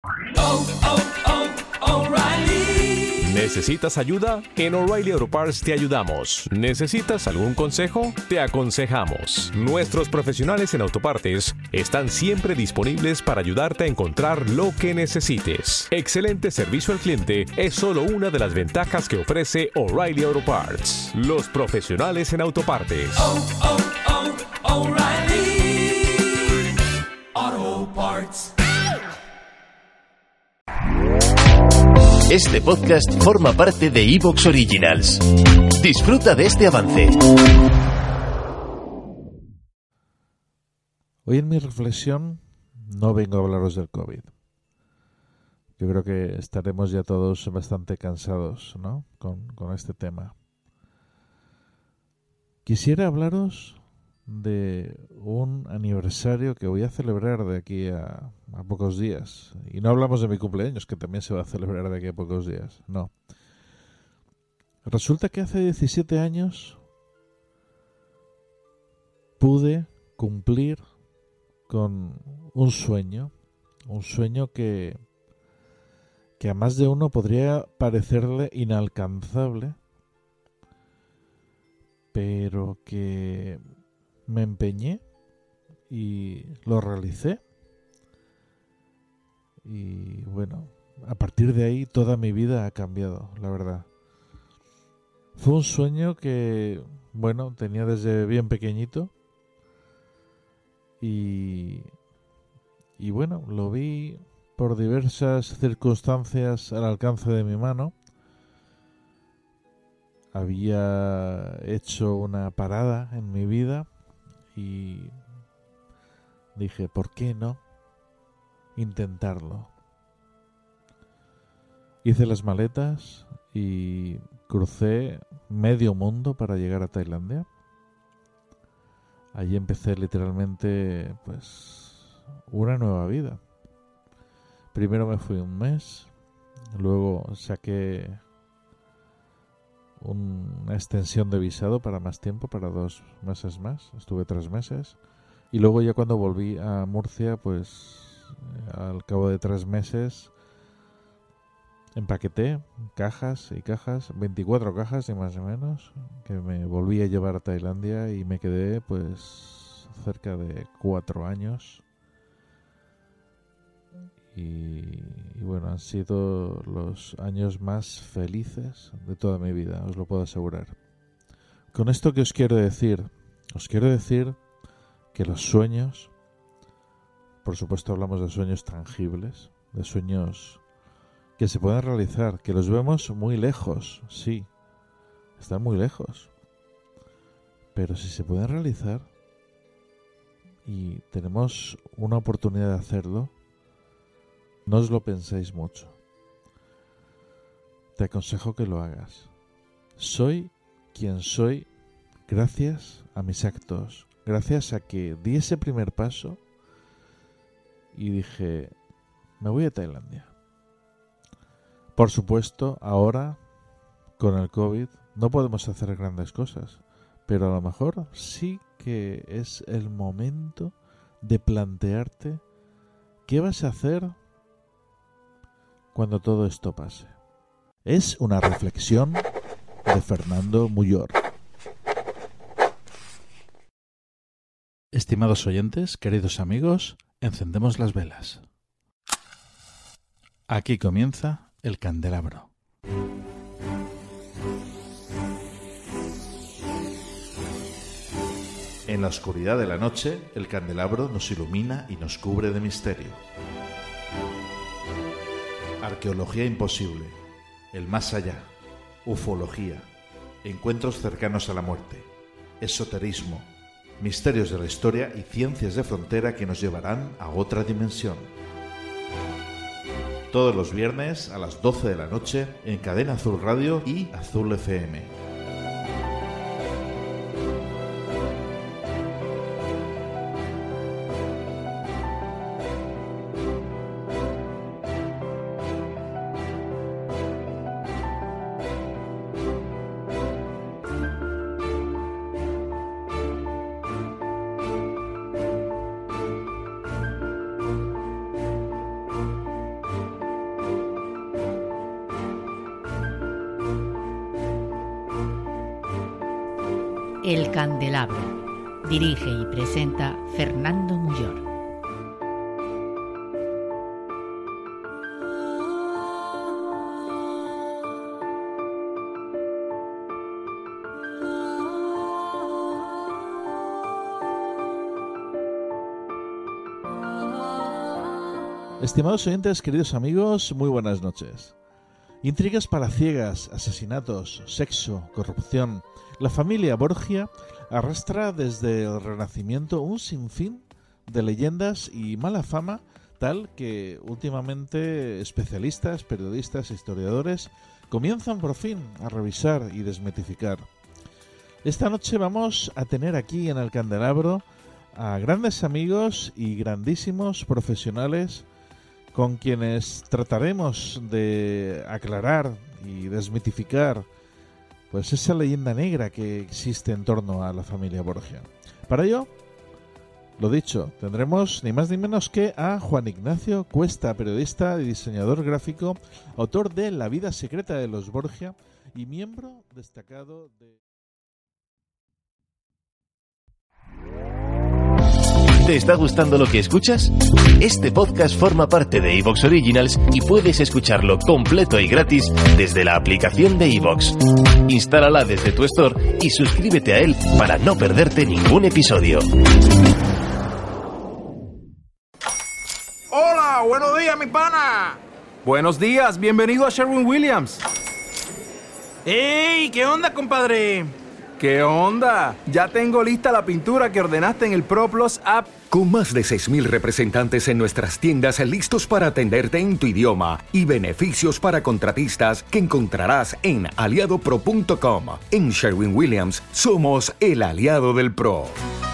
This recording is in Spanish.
O'Reilly. ¿Necesitas ayuda? En O'Reilly Auto Parts te ayudamos. ¿Necesitas algún consejo? Te aconsejamos. Nuestros profesionales en autopartes están siempre disponibles para ayudarte a encontrar lo que necesites. Excelente servicio al cliente es solo una de las ventajas que ofrece O'Reilly Auto Parts. Los profesionales en autopartes. O'Reilly Auto Parts. Este podcast forma parte de Evox Originals. Disfruta de este avance. Hoy en mi reflexión no vengo a hablaros del COVID. Yo creo que estaremos ya todos bastante cansados, ¿no? con este tema. Quisiera hablaros de un aniversario que voy a celebrar de aquí a pocos días. Y no hablamos de mi cumpleaños, que también se va a celebrar de aquí a pocos días. No. Resulta que hace 17 años pude cumplir con un sueño que a más de uno podría parecerle inalcanzable, pero que me empeñé y lo realicé. Y bueno, a partir de ahí toda mi vida ha cambiado, la verdad. Fue un sueño que, bueno, tenía desde bien pequeñito. Y bueno, lo vi por diversas circunstancias al alcance de mi mano. Había hecho una parada en mi vida y dije, ¿por qué no intentarlo? Hice las maletas y crucé medio mundo para llegar a Tailandia. Allí empecé literalmente, pues, una nueva vida. Primero me fui un mes, luego saqué una extensión de visado para más tiempo, para 2 meses más. Estuve 3 meses. Y luego ya cuando volví a Murcia, pues al cabo de 3 meses empaqueté cajas y cajas, 24 cajas y más o menos, que me volví a llevar a Tailandia y me quedé pues cerca de 4 años. Y bueno, han sido los años más felices de toda mi vida, os lo puedo asegurar. Con esto, ¿qué os quiero decir? Os quiero decir que los sueños, por supuesto hablamos de sueños tangibles, de sueños que se pueden realizar, que los vemos muy lejos, sí, están muy lejos. Pero si se pueden realizar y tenemos una oportunidad de hacerlo, no os lo penséis mucho. Te aconsejo que lo hagas. Soy quien soy gracias a mis actos, gracias a que di ese primer paso y dije, me voy a Tailandia. Por supuesto, ahora, con el COVID, no podemos hacer grandes cosas, pero a lo mejor sí que es el momento de plantearte qué vas a hacer cuando todo esto pase. Es una reflexión de Fernando Muyor. Estimados oyentes, queridos amigos, encendemos las velas. Aquí comienza el candelabro. En la oscuridad de la noche, el candelabro nos ilumina y nos cubre de misterio. Arqueología imposible, el más allá, ufología, encuentros cercanos a la muerte, esoterismo, misterios de la historia y ciencias de frontera que nos llevarán a otra dimensión. Todos los viernes a las 12 de la noche en Cadena Azul Radio y Azul FM. El Candelabro. Dirige y presenta Fernando Muyor. Estimados oyentes, queridos amigos, muy buenas noches. Intrigas palaciegas, asesinatos, sexo, corrupción. La familia Borgia arrastra desde el Renacimiento un sinfín de leyendas y mala fama, tal que últimamente especialistas, periodistas e historiadores comienzan por fin a revisar y desmitificar. Esta noche vamos a tener aquí en el Candelabro a grandes amigos y grandísimos profesionales con quienes trataremos de aclarar y desmitificar pues esa leyenda negra que existe en torno a la familia Borgia. Para ello, lo dicho, tendremos ni más ni menos que a Juan Ignacio Cuesta, periodista y diseñador gráfico, autor de La vida secreta de los Borgia y miembro destacado de... ¿Te está gustando lo que escuchas? Este podcast forma parte de Evox Originals y puedes escucharlo completo y gratis desde la aplicación de Evox. Instálala desde tu store y suscríbete a él para no perderte ningún episodio. ¡Hola! ¡Buenos días, mi pana! Buenos días, bienvenido a Sherwin-Williams. ¡Ey! ¿Qué onda, compadre? ¿Qué onda? Ya tengo lista la pintura que ordenaste en el ProPlus app. Con más de 6,000 representantes en nuestras tiendas listos para atenderte en tu idioma y beneficios para contratistas que encontrarás en aliadopro.com. En Sherwin-Williams somos el aliado del pro.